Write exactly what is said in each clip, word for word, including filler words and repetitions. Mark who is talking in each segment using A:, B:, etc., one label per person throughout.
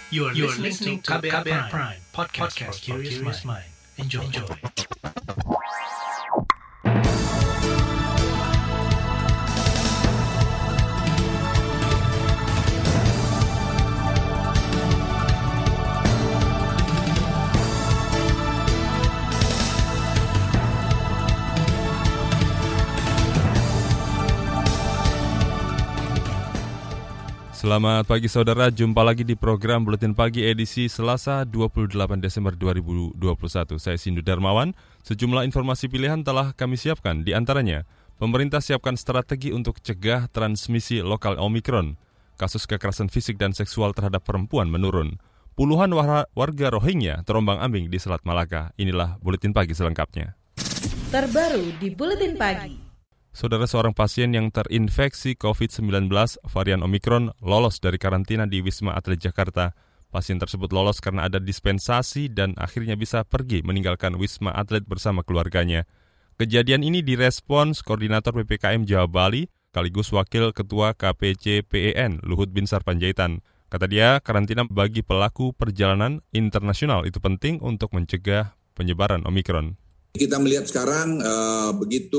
A: You are, you are listening to K B R Prime, podcast, podcast for curious mind. Enjoy. Enjoy.
B: Selamat pagi saudara, jumpa lagi di program Buletin Pagi edisi Selasa dua puluh delapan Desember dua ribu dua puluh satu. Saya Sindu Darmawan. Sejumlah informasi pilihan telah kami siapkan. Di antaranya, pemerintah siapkan strategi untuk cegah transmisi lokal Omikron. Kasus kekerasan fisik dan seksual terhadap perempuan menurun. Puluhan warga Rohingya terombang-ambing di Selat Malaka. Inilah Buletin Pagi selengkapnya.
C: Terbaru di Buletin Pagi.
B: Saudara, seorang pasien yang terinfeksi covid sembilan belas varian Omikron lolos dari karantina di Wisma Atlet Jakarta. Pasien tersebut lolos karena ada dispensasi dan akhirnya bisa pergi meninggalkan Wisma Atlet bersama keluarganya. Kejadian ini direspons Koordinator P P K M Jawa Bali, sekaligus Wakil Ketua K P C P E N Luhut Binsar Panjaitan. Kata dia, karantina bagi pelaku perjalanan internasional itu penting untuk mencegah penyebaran Omikron.
D: Kita melihat sekarang uh, begitu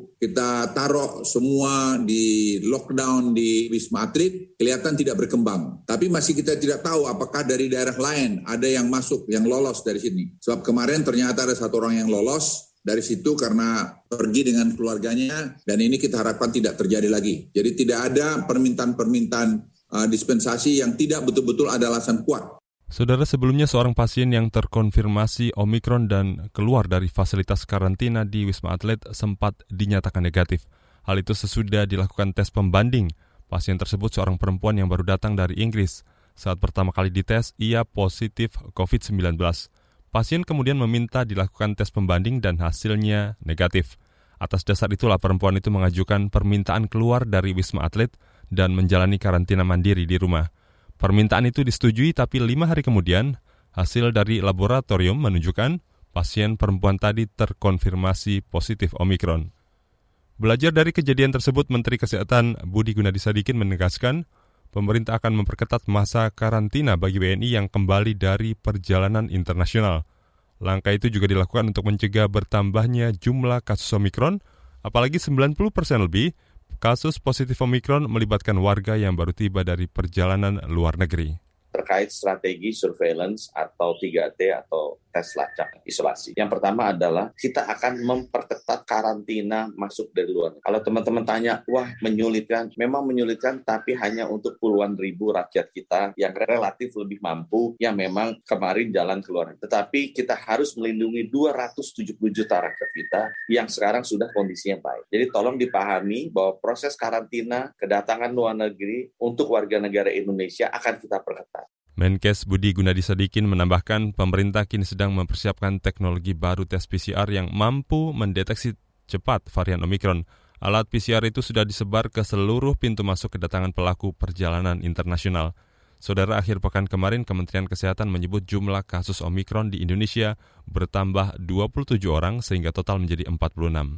D: kita taruh semua di lockdown di Wisma Atlet, kelihatan tidak berkembang. Tapi masih kita tidak tahu apakah dari daerah lain ada yang masuk, yang lolos dari sini. Sebab kemarin ternyata ada satu orang yang lolos dari situ karena pergi dengan keluarganya, dan ini kita harapkan tidak terjadi lagi. Jadi tidak ada permintaan-permintaan uh, dispensasi yang tidak betul-betul ada alasan kuat.
B: Saudara, sebelumnya seorang pasien yang terkonfirmasi Omikron dan keluar dari fasilitas karantina di Wisma Atlet sempat dinyatakan negatif. Hal itu sesudah dilakukan tes pembanding. Pasien tersebut seorang perempuan yang baru datang dari Inggris. Saat pertama kali dites, ia positif covid sembilan belas. Pasien kemudian meminta dilakukan tes pembanding dan hasilnya negatif. Atas dasar itulah perempuan itu mengajukan permintaan keluar dari Wisma Atlet dan menjalani karantina mandiri di rumah. Permintaan itu disetujui, tapi lima hari kemudian, hasil dari laboratorium menunjukkan pasien perempuan tadi terkonfirmasi positif Omikron. Belajar dari kejadian tersebut, Menteri Kesehatan Budi Gunadisadikin menegaskan, pemerintah akan memperketat masa karantina bagi W N I yang kembali dari perjalanan internasional. Langkah itu juga dilakukan untuk mencegah bertambahnya jumlah kasus Omikron, apalagi sembilan puluh persen lebih kasus positif Omikron melibatkan warga yang baru tiba dari perjalanan luar negeri.
E: Terkait strategi surveillance atau tiga T atau tes lacak isolasi. Yang pertama adalah kita akan memperketat karantina masuk dari luar. Kalau teman-teman tanya, wah menyulitkan, memang menyulitkan, tapi hanya untuk puluhan ribu rakyat kita yang relatif lebih mampu, yang memang kemarin jalan keluar. Tetapi kita harus melindungi dua ratus tujuh puluh juta rakyat kita yang sekarang sudah kondisinya baik. Jadi tolong dipahami bahwa proses karantina kedatangan luar negeri untuk warga negara Indonesia akan kita perketat.
B: Menkes Budi Gunadisadikin menambahkan pemerintah kini sedang mempersiapkan teknologi baru tes P C R yang mampu mendeteksi cepat varian Omikron. Alat P C R itu sudah disebar ke seluruh pintu masuk kedatangan pelaku perjalanan internasional. Saudara, akhir pekan kemarin Kementerian Kesehatan menyebut jumlah kasus Omikron di Indonesia bertambah dua puluh tujuh orang sehingga total menjadi empat puluh enam.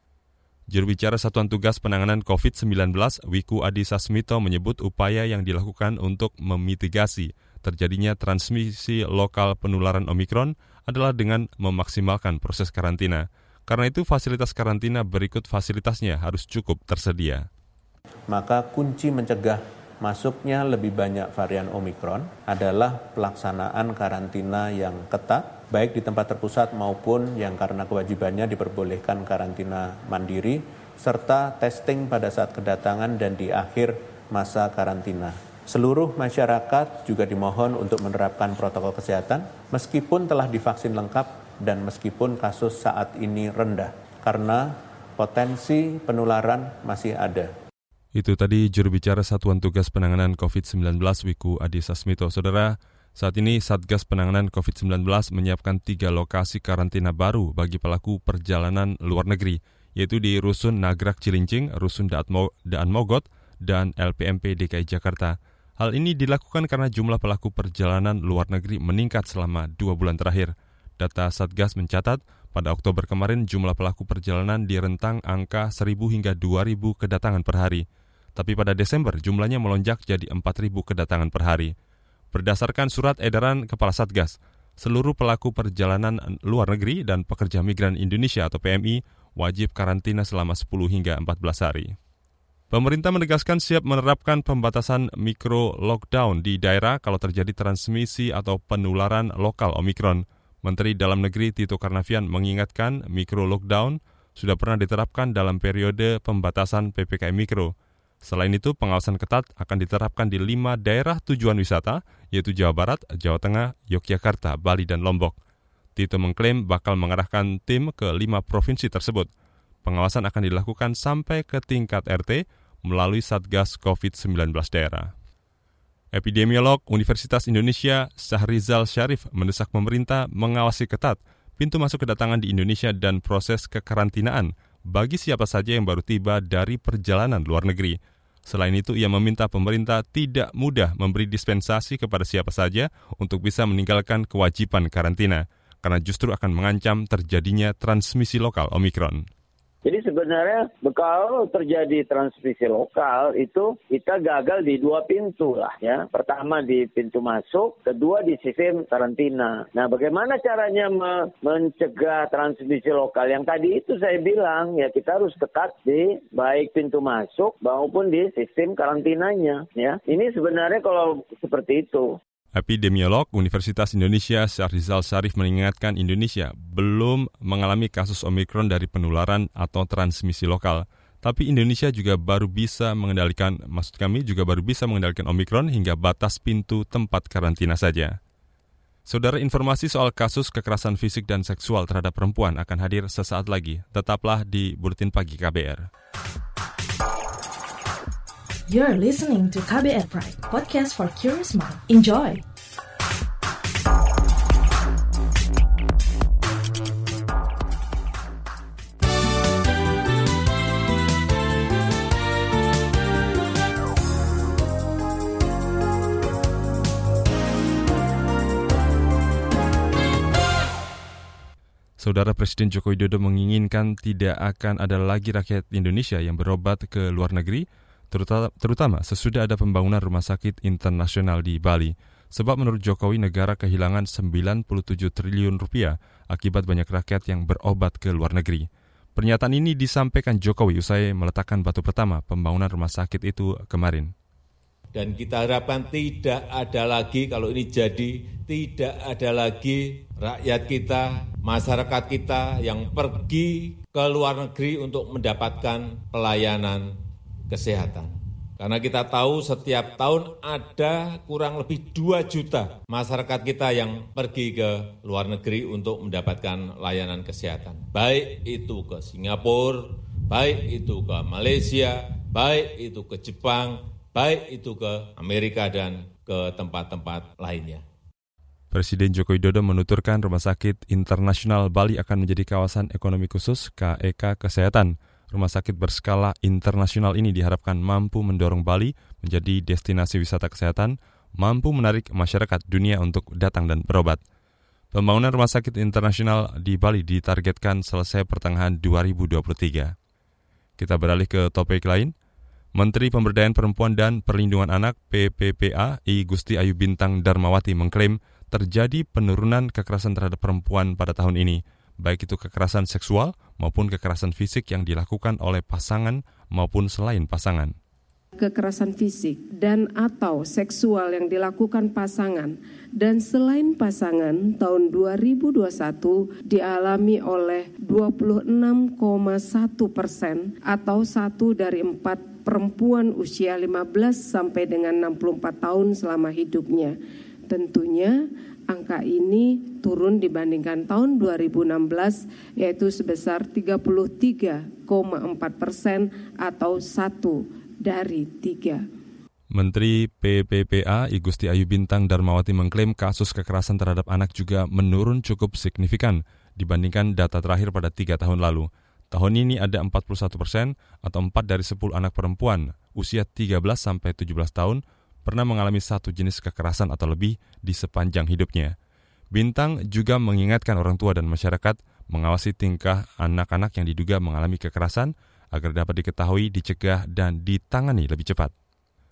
B: Juru bicara Satuan Tugas Penanganan covid sembilan belas, Wiku Adhisa Smito, menyebut upaya yang dilakukan untuk memitigasi terjadinya transmisi lokal penularan Omikron adalah dengan memaksimalkan proses karantina. Karena itu fasilitas karantina berikut fasilitasnya harus cukup tersedia.
F: Maka kunci mencegah masuknya lebih banyak varian Omikron adalah pelaksanaan karantina yang ketat, baik di tempat terpusat maupun yang karena kewajibannya diperbolehkan karantina mandiri, serta testing pada saat kedatangan dan di akhir masa karantina. Seluruh masyarakat juga dimohon untuk menerapkan protokol kesehatan meskipun telah divaksin lengkap dan meskipun kasus saat ini rendah, karena potensi penularan masih ada.
B: Itu tadi juru bicara Satuan Tugas Penanganan covid sembilan belas Wiku Adhisa Smito. Saudara, saat ini Satgas Penanganan covid sembilan belas menyiapkan tiga lokasi karantina baru bagi pelaku perjalanan luar negeri, yaitu di Rusun Nagrak Cilincing, Rusun Daan Mogot, dan L P M P D K I Jakarta. Hal ini dilakukan karena jumlah pelaku perjalanan luar negeri meningkat selama dua bulan terakhir. Data Satgas mencatat, pada Oktober kemarin jumlah pelaku perjalanan di rentang angka seribu hingga dua ribu kedatangan per hari. Tapi pada Desember jumlahnya melonjak jadi empat ribu kedatangan per hari. Berdasarkan surat edaran Kepala Satgas, seluruh pelaku perjalanan luar negeri dan pekerja migran Indonesia atau P M I wajib karantina selama sepuluh hingga empat belas hari. Pemerintah menegaskan siap menerapkan pembatasan mikro lockdown di daerah kalau terjadi transmisi atau penularan lokal Omikron. Menteri Dalam Negeri Tito Karnavian mengingatkan mikro lockdown sudah pernah diterapkan dalam periode pembatasan P P K M Mikro. Selain itu, pengawasan ketat akan diterapkan di lima daerah tujuan wisata, yaitu Jawa Barat, Jawa Tengah, Yogyakarta, Bali, dan Lombok. Tito mengklaim bakal mengerahkan tim ke lima provinsi tersebut. Pengawasan akan dilakukan sampai ke tingkat R T melalui Satgas covid sembilan belas daerah. Epidemiolog Universitas Indonesia Syahrizal Syarif mendesak pemerintah mengawasi ketat pintu masuk kedatangan di Indonesia dan proses kekarantinaan bagi siapa saja yang baru tiba dari perjalanan luar negeri. Selain itu, ia meminta pemerintah tidak mudah memberi dispensasi kepada siapa saja untuk bisa meninggalkan kewajiban karantina, karena justru akan mengancam terjadinya transmisi lokal Omikron.
G: Jadi sebenarnya kalau terjadi transmisi lokal itu kita gagal di dua pintu lah ya. Pertama di pintu masuk, kedua di sistem karantina. Nah, bagaimana caranya me- mencegah transmisi lokal? Yang tadi itu saya bilang ya kita harus ketat di baik pintu masuk maupun di sistem karantinanya ya. Ini sebenarnya kalau seperti itu.
B: Epidemiolog Universitas Indonesia Syahrizal Syarif mengingatkan Indonesia belum mengalami kasus Omikron dari penularan atau transmisi lokal. Tapi Indonesia juga baru bisa mengendalikan, maksud kami juga baru bisa mengendalikan Omikron hingga batas pintu tempat karantina saja. Saudara, informasi soal kasus kekerasan fisik dan seksual terhadap perempuan akan hadir sesaat lagi. Tetaplah di Buletin Pagi K B R.
C: You're listening to K B R Pride, podcast for curious mind. Enjoy!
B: Saudara, Presiden Joko Widodo menginginkan tidak akan ada lagi rakyat Indonesia yang berobat ke luar negeri, terutama sesudah ada pembangunan rumah sakit internasional di Bali. Sebab menurut Jokowi, negara kehilangan sembilan puluh tujuh triliun rupiah akibat banyak rakyat yang berobat ke luar negeri. Pernyataan ini disampaikan Jokowi usai meletakkan batu pertama pembangunan rumah sakit itu kemarin.
H: Dan kita harapkan tidak ada lagi, kalau ini jadi, tidak ada lagi rakyat kita, masyarakat kita yang pergi ke luar negeri untuk mendapatkan pelayanan kesehatan. Karena kita tahu setiap tahun ada kurang lebih dua juta masyarakat kita yang pergi ke luar negeri untuk mendapatkan layanan kesehatan. Baik itu ke Singapura, baik itu ke Malaysia, baik itu ke Jepang, baik itu ke Amerika dan ke tempat-tempat lainnya.
B: Presiden Joko Widodo menuturkan Rumah Sakit Internasional Bali akan menjadi kawasan ekonomi khusus K E K Kesehatan. Rumah sakit berskala internasional ini diharapkan mampu mendorong Bali menjadi destinasi wisata kesehatan, mampu menarik masyarakat dunia untuk datang dan berobat. Pembangunan Rumah Sakit Internasional di Bali ditargetkan selesai pertengahan dua ribu dua puluh tiga. Kita beralih ke topik lain. Menteri Pemberdayaan Perempuan dan Perlindungan Anak P P P A I Gusti Ayu Bintang Darmawati mengklaim terjadi penurunan kekerasan terhadap perempuan pada tahun ini, baik itu kekerasan seksual maupun kekerasan fisik yang dilakukan oleh pasangan maupun selain pasangan.
I: Kekerasan fisik dan atau seksual yang dilakukan pasangan dan selain pasangan tahun dua ribu dua puluh satu dialami oleh dua puluh enam koma satu persen atau satu dari empat perempuan usia lima belas sampai dengan enam puluh empat tahun selama hidupnya. Tentunya angka ini turun dibandingkan tahun dua ribu enam belas yaitu sebesar tiga puluh tiga koma empat persen atau satu dari tiga.
B: Menteri P P P A I Gusti Ayu Bintang Darmawati mengklaim kasus kekerasan terhadap anak juga menurun cukup signifikan dibandingkan data terakhir pada tiga tahun lalu. Tahun ini ada empat puluh satu persen atau empat dari sepuluh anak perempuan usia tiga belas sampai tujuh belas tahun pernah mengalami satu jenis kekerasan atau lebih di sepanjang hidupnya. Bintang juga mengingatkan orang tua dan masyarakat mengawasi tingkah anak-anak yang diduga mengalami kekerasan agar dapat diketahui, dicegah, dan ditangani lebih cepat.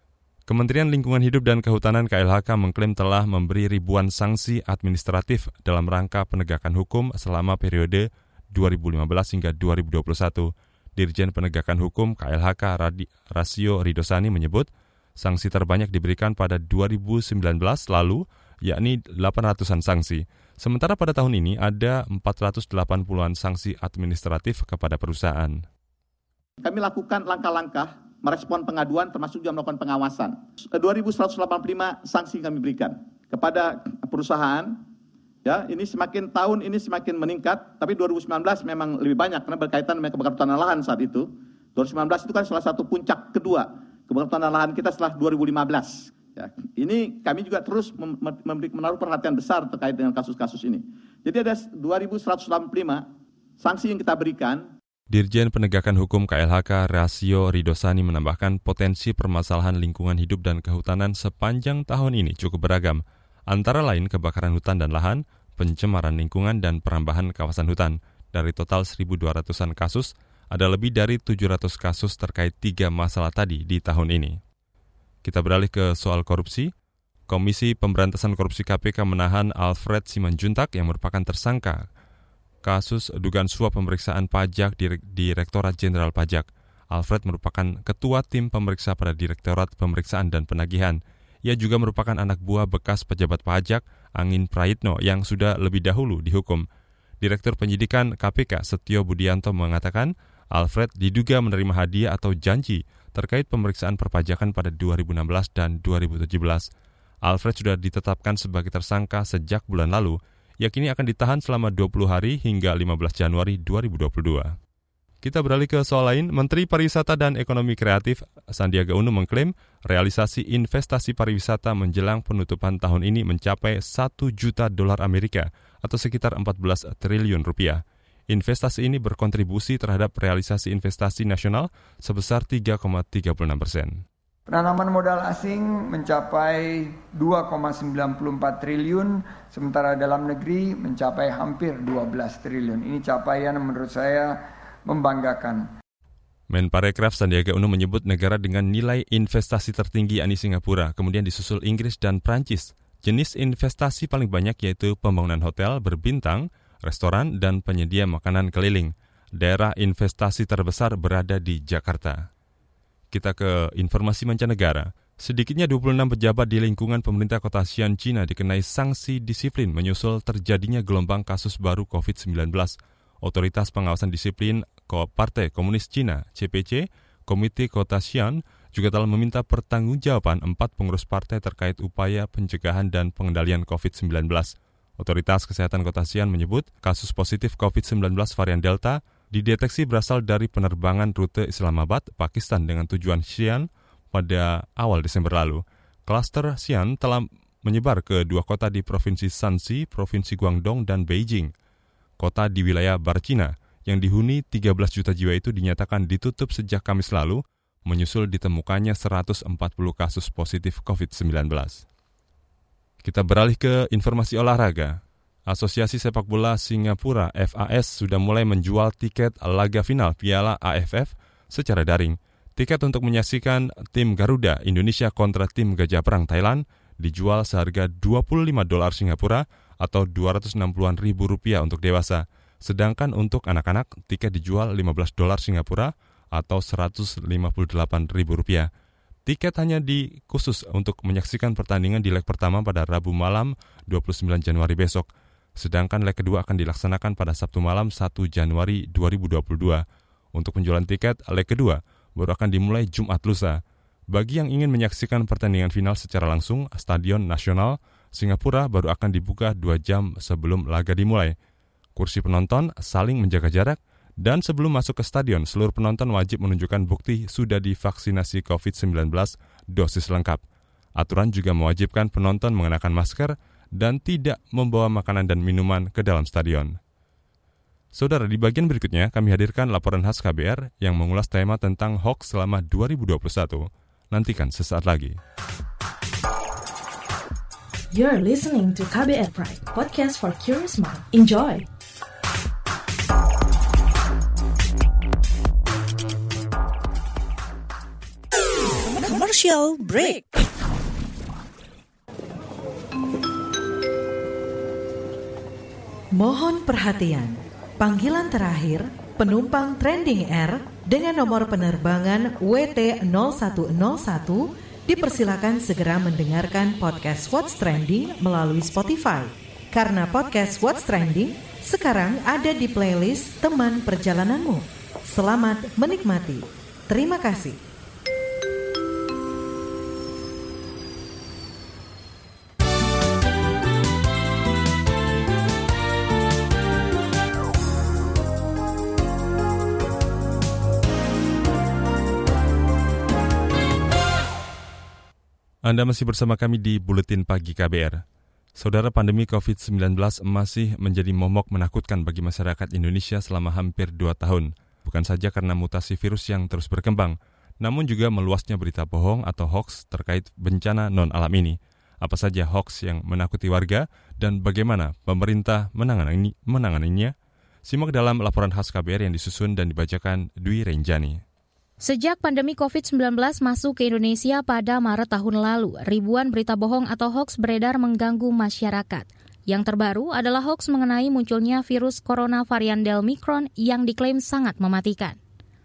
B: Kementerian Lingkungan Hidup dan Kehutanan K L H K mengklaim telah memberi ribuan sanksi administratif dalam rangka penegakan hukum selama periode dua ribu lima belas hingga dua ribu dua puluh satu. Dirjen Penegakan Hukum K L H K Rasio Ridosani menyebut sanksi terbanyak diberikan pada dua ribu sembilan belas lalu, yakni delapan ratusan sanksi. Sementara pada tahun ini ada empat ratus delapan puluhan sanksi administratif kepada perusahaan.
J: Kami lakukan langkah-langkah merespon pengaduan termasuk juga melakukan pengawasan. dua ribu seratus delapan puluh lima sanksi kami berikan kepada perusahaan. Ya, ini semakin tahun ini semakin meningkat, tapi dua ribu sembilan belas memang lebih banyak karena berkaitan dengan kebakaran hutan dan lahan saat itu. dua ribu sembilan belas itu kan salah satu puncak kedua kebakaran hutan dan lahan kita setelah dua ribu lima belas. Ya, ini kami juga terus mem- mem- menaruh perhatian besar terkait dengan kasus-kasus ini. Jadi ada dua ribu seratus delapan puluh lima sanksi yang kita berikan.
B: Dirjen Penegakan Hukum K L H K Rasio Ridosani menambahkan potensi permasalahan lingkungan hidup dan kehutanan sepanjang tahun ini cukup beragam, antara lain kebakaran hutan dan lahan, pencemaran lingkungan, dan perambahan kawasan hutan. Dari total seribu dua ratusan kasus, ada lebih dari tujuh ratus kasus terkait tiga masalah tadi di tahun ini. Kita beralih ke soal korupsi. Komisi Pemberantasan Korupsi K P K menahan Alfred Simanjuntak yang merupakan tersangka kasus dugaan suap pemeriksaan pajak di Direktorat Jenderal Pajak. Alfred merupakan ketua tim pemeriksa pada Direktorat Pemeriksaan dan Penagihan. Ia juga merupakan anak buah bekas pejabat pajak Angin Prayitno yang sudah lebih dahulu dihukum. Direktur Penyidikan K P K Setio Budianto mengatakan Alfred diduga menerima hadiah atau janji terkait pemeriksaan perpajakan pada dua ribu enam belas dan dua ribu tujuh belas. Alfred sudah ditetapkan sebagai tersangka sejak bulan lalu. Ia kini akan ditahan selama dua puluh hari hingga lima belas Januari dua ribu dua puluh dua. Kita beralih ke soal lain. Menteri Pariwisata dan Ekonomi Kreatif Sandiaga Uno mengklaim realisasi investasi pariwisata menjelang penutupan tahun ini mencapai satu juta dolar Amerika atau sekitar empat belas triliun rupiah. Investasi ini berkontribusi terhadap realisasi investasi nasional sebesar tiga koma tiga puluh enam persen.
K: Penanaman modal asing mencapai dua koma sembilan empat triliun, sementara dalam negeri mencapai hampir dua belas triliun. Ini capaian yang menurut saya membanggakan.
B: Menparekraf Sandiaga Uno menyebut negara dengan nilai investasi tertinggi yakni Singapura, kemudian disusul Inggris dan Prancis. Jenis investasi paling banyak yaitu pembangunan hotel berbintang, restoran, dan penyedia makanan keliling. Daerah investasi terbesar berada di Jakarta. Kita ke informasi mancanegara. Sedikitnya dua puluh enam pejabat di lingkungan pemerintah kota Xi'an, China dikenai sanksi disiplin menyusul terjadinya gelombang kasus baru covid sembilan belas. Otoritas Pengawasan Disiplin Partai Komunis Cina, C P C, Komite Kota Xi'an, juga telah meminta pertanggungjawaban empat pengurus partai terkait upaya pencegahan dan pengendalian covid sembilan belas. Otoritas Kesehatan Kota Xi'an menyebut kasus positif covid sembilan belas varian Delta dideteksi berasal dari penerbangan rute Islamabad, Pakistan dengan tujuan Xi'an pada awal Desember lalu. Klaster Xi'an telah menyebar ke dua kota di Provinsi Shanxi, Provinsi Guangdong, dan Beijing. Kota di wilayah Barat Cina yang dihuni tiga belas juta jiwa itu dinyatakan ditutup sejak Kamis lalu, menyusul ditemukannya seratus empat puluh kasus positif covid sembilan belas. Kita beralih ke informasi olahraga. Asosiasi Sepak Bola Singapura F A S sudah mulai menjual tiket laga final Piala A F F secara daring. Tiket untuk menyaksikan tim Garuda Indonesia kontra tim Gajah Perang Thailand dijual seharga dua puluh lima dolar Singapura atau dua ratus enam puluh ribu rupiah untuk dewasa. Sedangkan untuk anak-anak, tiket dijual lima belas dolar Singapura atau seratus lima puluh delapan ribu rupiah. Tiket hanya di khusus untuk menyaksikan pertandingan di leg pertama pada Rabu malam dua puluh sembilan Januari besok. Sedangkan leg kedua akan dilaksanakan pada Sabtu malam satu Januari dua ribu dua puluh dua. Untuk penjualan tiket leg kedua baru akan dimulai Jumat lusa. Bagi yang ingin menyaksikan pertandingan final secara langsung, Stadion Nasional Singapura baru akan dibuka dua jam sebelum laga dimulai. Kursi penonton saling menjaga jarak, dan sebelum masuk ke stadion, seluruh penonton wajib menunjukkan bukti sudah divaksinasi covid sembilan belas dosis lengkap. Aturan juga mewajibkan penonton mengenakan masker dan tidak membawa makanan dan minuman ke dalam stadion. Saudara, di bagian berikutnya kami hadirkan laporan khas K B R yang mengulas tema tentang hoax selama dua ribu dua puluh satu. Nantikan sesaat lagi.
C: You're listening to K B R Pride, podcast for curious mind. Enjoy!
L: Commercial break.
C: Mohon perhatian. Panggilan terakhir penumpang Trending Air dengan nomor penerbangan W T nol satu nol satu dipersilakan segera mendengarkan podcast What's Trending melalui Spotify. Karena podcast What's Trending sekarang ada di playlist teman perjalananmu. Selamat menikmati. Terima kasih.
B: Anda masih bersama kami di Buletin Pagi K B R. Saudara, pandemi covid sembilan belas masih menjadi momok menakutkan bagi masyarakat Indonesia selama hampir dua tahun. Bukan saja karena mutasi virus yang terus berkembang, namun juga meluasnya berita bohong atau hoax terkait bencana non-alam ini. Apa saja hoax yang menakuti warga dan bagaimana pemerintah menangani, menanganinya? Simak dalam laporan khas K B R yang disusun dan dibacakan Dwi Renjani.
M: Sejak pandemi covid sembilan belas masuk ke Indonesia pada Maret tahun lalu, ribuan berita bohong atau hoaks beredar mengganggu masyarakat. Yang terbaru adalah hoaks mengenai munculnya virus corona varian Delmicron yang diklaim sangat mematikan.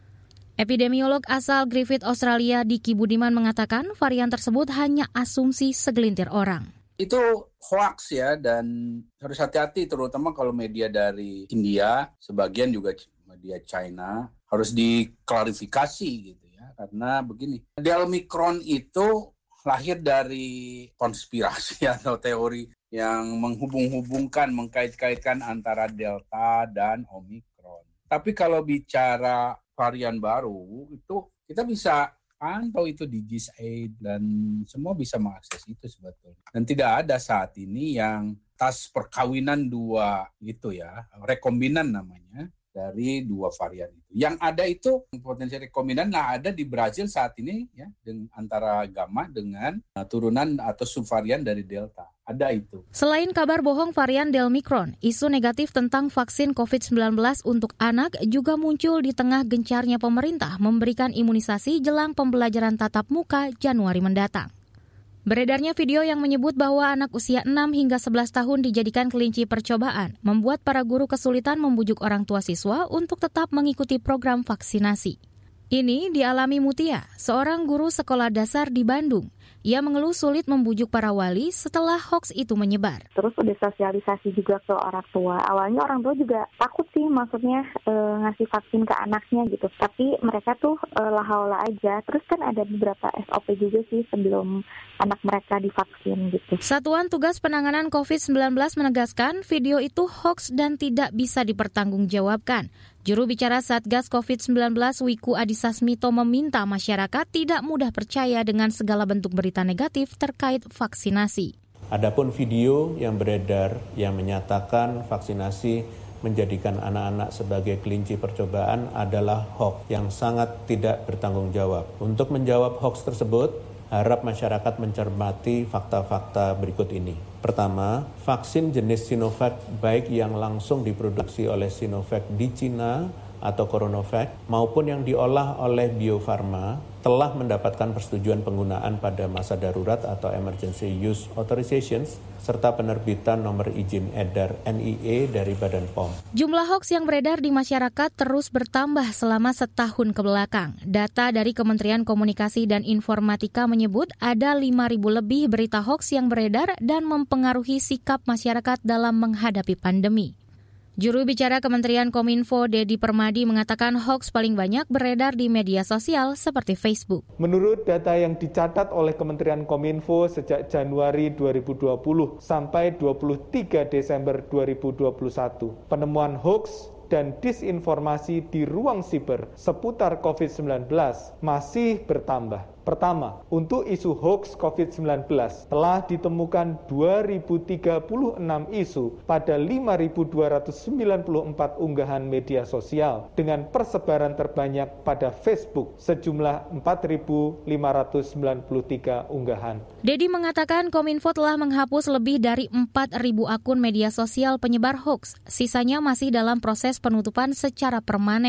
M: Epidemiolog asal Griffith, Australia, Diki Budiman mengatakan varian tersebut hanya asumsi segelintir orang.
N: Itu hoaks ya, dan harus hati-hati terutama kalau media dari India, sebagian juga media China, harus diklarifikasi gitu ya. Karena begini, Delmicron itu lahir dari konspirasi atau teori yang menghubung-hubungkan, mengkait-kaitkan antara Delta dan Omicron. Tapi kalau bicara varian baru, itu kita bisa pantau itu di G I S A I D dan semua bisa mengakses itu sebetulnya. Dan tidak ada saat ini yang tas perkawinan dua itu ya, rekombinan namanya, dari dua varian itu. Yang ada itu potensi rekombinan nah ada di Brazil saat ini ya, dengan antara Gamma dengan uh, turunan atau subvarian dari Delta. Ada itu.
M: Selain kabar bohong varian Delmicron, isu negatif tentang vaksin covid sembilan belas untuk anak juga muncul di tengah gencarnya pemerintah memberikan imunisasi jelang pembelajaran tatap muka Januari mendatang. Beredarnya video yang menyebut bahwa anak usia enam hingga sebelas tahun dijadikan kelinci percobaan, membuat para guru kesulitan membujuk orang tua siswa untuk tetap mengikuti program vaksinasi. Ini dialami Mutia, seorang guru sekolah dasar di Bandung. Ia mengeluh sulit membujuk para wali setelah hoaks itu menyebar.
O: Terus udah sosialisasi juga ke orang tua. Awalnya orang tua juga takut sih, maksudnya e, ngasih vaksin ke anaknya gitu. Tapi mereka tuh e, laha-laha aja. Terus kan ada beberapa S O P juga sih sebelum anak mereka divaksin gitu.
M: Satuan Tugas Penanganan covid sembilan belas menegaskan video itu hoaks dan tidak bisa dipertanggungjawabkan. Juru bicara Satgas covid sembilan belas Wiku Adhisa Smito meminta masyarakat tidak mudah percaya dengan segala bentuk berita negatif terkait vaksinasi.
F: Adapun video yang beredar yang menyatakan vaksinasi menjadikan anak-anak sebagai kelinci percobaan adalah hoax yang sangat tidak bertanggung jawab. Untuk menjawab hoax tersebut, harap masyarakat mencermati fakta-fakta berikut ini. Pertama, vaksin jenis Sinovac baik yang langsung diproduksi oleh Sinovac di Cina atau CoronaVac maupun yang diolah oleh Bio Farma telah mendapatkan persetujuan penggunaan pada masa darurat atau Emergency Use Authorizations serta penerbitan nomor izin edar N I E dari Badan P O M.
M: Jumlah hoaks yang beredar di masyarakat terus bertambah selama setahun kebelakang. Data dari Kementerian Komunikasi dan Informatika menyebut ada lima ribu lebih berita hoaks yang beredar dan mempengaruhi sikap masyarakat dalam menghadapi pandemi. Juru bicara Kementerian Kominfo Dedi Permadi mengatakan hoaks paling banyak beredar di media sosial seperti Facebook.
P: Menurut data yang dicatat oleh Kementerian Kominfo sejak Januari dua ribu dua puluh sampai dua puluh tiga Desember dua ribu dua puluh satu, penemuan hoaks dan disinformasi di ruang siber seputar covid sembilan belas masih bertambah. Pertama, untuk isu hoaks covid sembilan belas telah ditemukan dua ribu tiga puluh enam isu pada lima ribu dua ratus sembilan puluh empat unggahan media sosial dengan persebaran terbanyak pada Facebook sejumlah empat ribu lima ratus sembilan puluh tiga unggahan.
M: Dedi mengatakan Kominfo telah menghapus lebih dari empat ribu akun media sosial penyebar hoaks. Sisanya masih dalam proses penutupan secara permanen.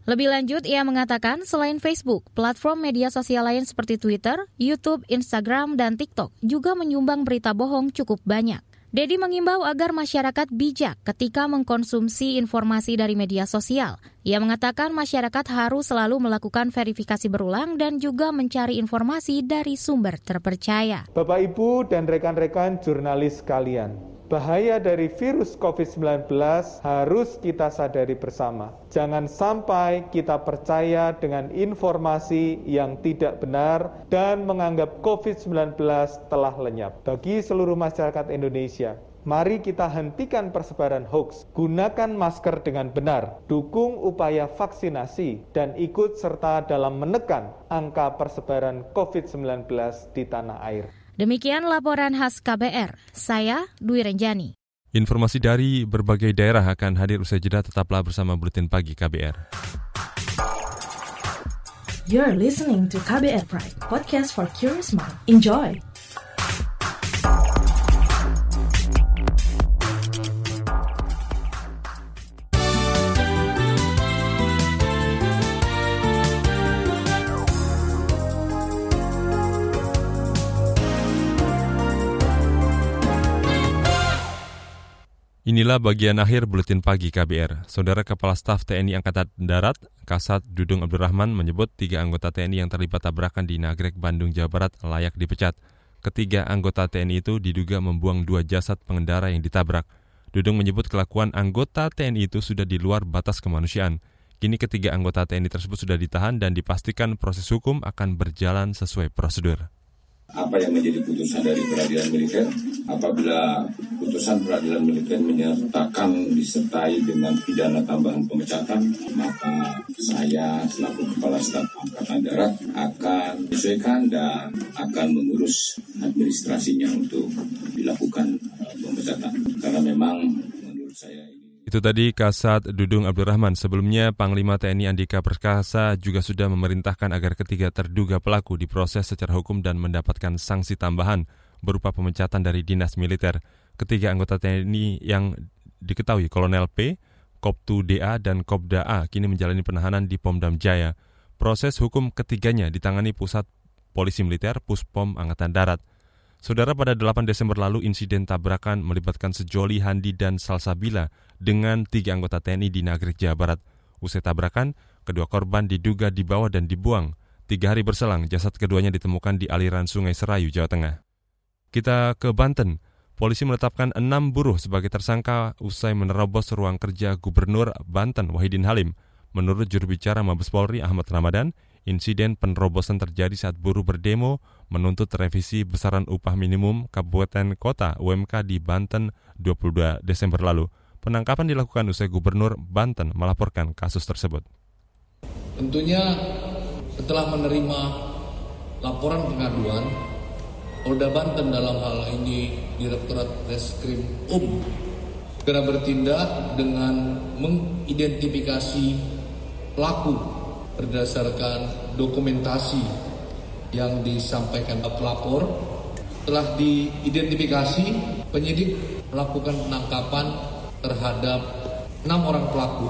M: Lebih lanjut, ia mengatakan selain Facebook, platform media sosial lain seperti Twitter, YouTube, Instagram, dan TikTok juga menyumbang berita bohong cukup banyak. Dedi mengimbau agar masyarakat bijak ketika mengkonsumsi informasi dari media sosial. Ia mengatakan masyarakat harus selalu melakukan verifikasi berulang dan juga mencari informasi dari sumber terpercaya.
P: Bapak, Ibu, dan rekan-rekan jurnalis sekalian, bahaya dari virus covid sembilan belas harus kita sadari bersama. Jangan sampai kita percaya dengan informasi yang tidak benar dan menganggap covid sembilan belas telah lenyap. Bagi seluruh masyarakat Indonesia, mari kita hentikan persebaran hoax, gunakan masker dengan benar, dukung upaya vaksinasi, dan ikut serta dalam menekan angka persebaran covid sembilan belas di tanah air.
M: Demikian laporan khas K B R. Saya Dwi Renjani.
B: Informasi dari berbagai daerah akan hadir usai jeda, tetaplah bersama Buletin Pagi K B R.
C: You're listening to K B R Prime, podcast for curious mind. Enjoy!
B: Inilah bagian akhir Buletin Pagi K B R. Saudara Kepala Staf T N I Angkatan Darat, Kasat Dudung Abdurrahman, menyebut tiga anggota T N I yang terlibat tabrakan di Nagrek, Bandung, Jawa Barat layak dipecat. Ketiga anggota T N I itu diduga membuang dua jasad pengendara yang ditabrak. Dudung menyebut kelakuan anggota T N I itu sudah di luar batas kemanusiaan. Kini ketiga anggota T N I tersebut sudah ditahan dan dipastikan proses hukum akan berjalan sesuai prosedur.
L: Apa yang menjadi putusan dari peradilan militer, apabila putusan peradilan militer menyertakan disertai dengan pidana tambahan pemecatan, maka saya selaku Kepala Staf Angkatan Darat akan menyesuaikan dan akan mengurus administrasinya untuk dilakukan pemecatan. Karena memang menurut saya ini.
B: Itu tadi Kasat Dudung Abdurrahman. Sebelumnya, Panglima T N I Andika Perkasa juga sudah memerintahkan agar ketiga terduga pelaku diproses secara hukum dan mendapatkan sanksi tambahan berupa pemecatan dari dinas militer. Ketiga anggota T N I yang diketahui Kolonel P, Koptu D A, dan Kopda A kini menjalani penahanan di Pom Dam Jaya. Proses hukum ketiganya ditangani Pusat Polisi Militer Puspom Angkatan Darat. Saudara, pada delapan Desember lalu insiden tabrakan melibatkan Sejoli, Handi, dan Salsabila dengan tiga anggota T N I di Nagrek, Jawa Barat. Usai tabrakan, kedua korban diduga dibawa dan dibuang. Tiga hari berselang, jasad keduanya ditemukan di aliran Sungai Serayu, Jawa Tengah. Kita ke Banten. Polisi menetapkan enam buruh sebagai tersangka usai menerobos ruang kerja Gubernur Banten Wahidin Halim. Menurut juru bicara Mabes Polri Ahmad Ramadan, insiden penerobosan terjadi saat buruh berdemo menuntut revisi besaran upah minimum kabupaten kota U M K di Banten dua puluh dua Desember lalu. Penangkapan dilakukan usai Gubernur Banten melaporkan kasus tersebut.
Q: Tentunya setelah menerima laporan pengaduan, Polda Banten dalam hal ini Direktorat Reskrim Um segera bertindak dengan mengidentifikasi pelaku berdasarkan dokumentasi yang disampaikan pelapor. Setelah diidentifikasi, penyidik melakukan penangkapan terhadap enam orang pelaku.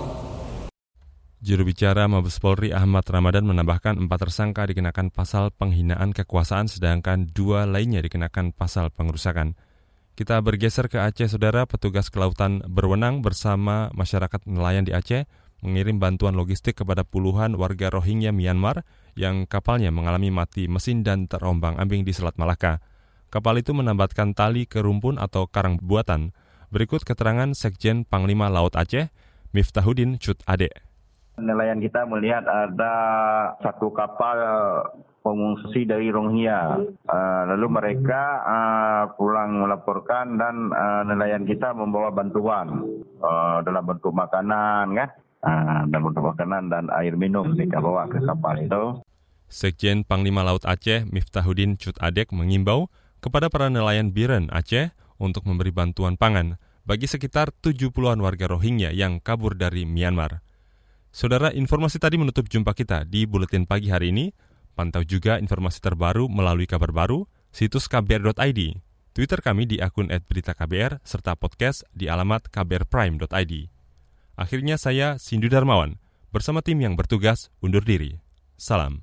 B: Juru bicara Mabes Polri Ahmad Ramadan menambahkan empat tersangka dikenakan pasal penghinaan kekuasaan, sedangkan dua lainnya dikenakan pasal pengerusakan. Kita bergeser ke Aceh, saudara. Petugas kelautan berwenang bersama masyarakat nelayan di Aceh mengirim bantuan logistik kepada puluhan warga Rohingya Myanmar yang kapalnya mengalami mati mesin dan terombang-ambing di Selat Malaka. Kapal itu menambatkan tali ke rumpun atau karang buatan. Berikut keterangan Sekjen Panglima Laut Aceh, Miftahudin Cut Ade.
R: Nelayan kita melihat ada satu kapal pengungsi dari Rohingya. Uh, lalu mereka uh, pulang melaporkan dan uh, nelayan kita membawa bantuan uh, dalam bentuk makanan, kan? Uh, dalam bentuk makanan dan air minum mereka bawa ke kapal itu.
B: Sekjen Panglima Laut Aceh, Miftahudin Cut Adek, mengimbau kepada para nelayan Biren Aceh untuk memberi bantuan pangan bagi sekitar tujuh puluhan warga Rohingya yang kabur dari Myanmar. Saudara, informasi tadi menutup jumpa kita di Buletin Pagi hari ini. Pantau juga informasi terbaru melalui kabar baru, situs k b r dot i d, Twitter kami di akun et berita k b r, serta podcast di alamat k b r prime dot i d. Akhirnya saya, Sindu Darmawan, Bersama tim yang bertugas, undur diri. Salam.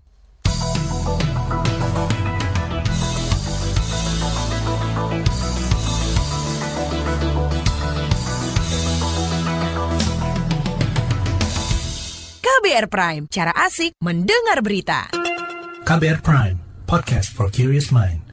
S: K B R Prime, cara asik mendengar berita.
A: K B R Prime, podcast for curious mind.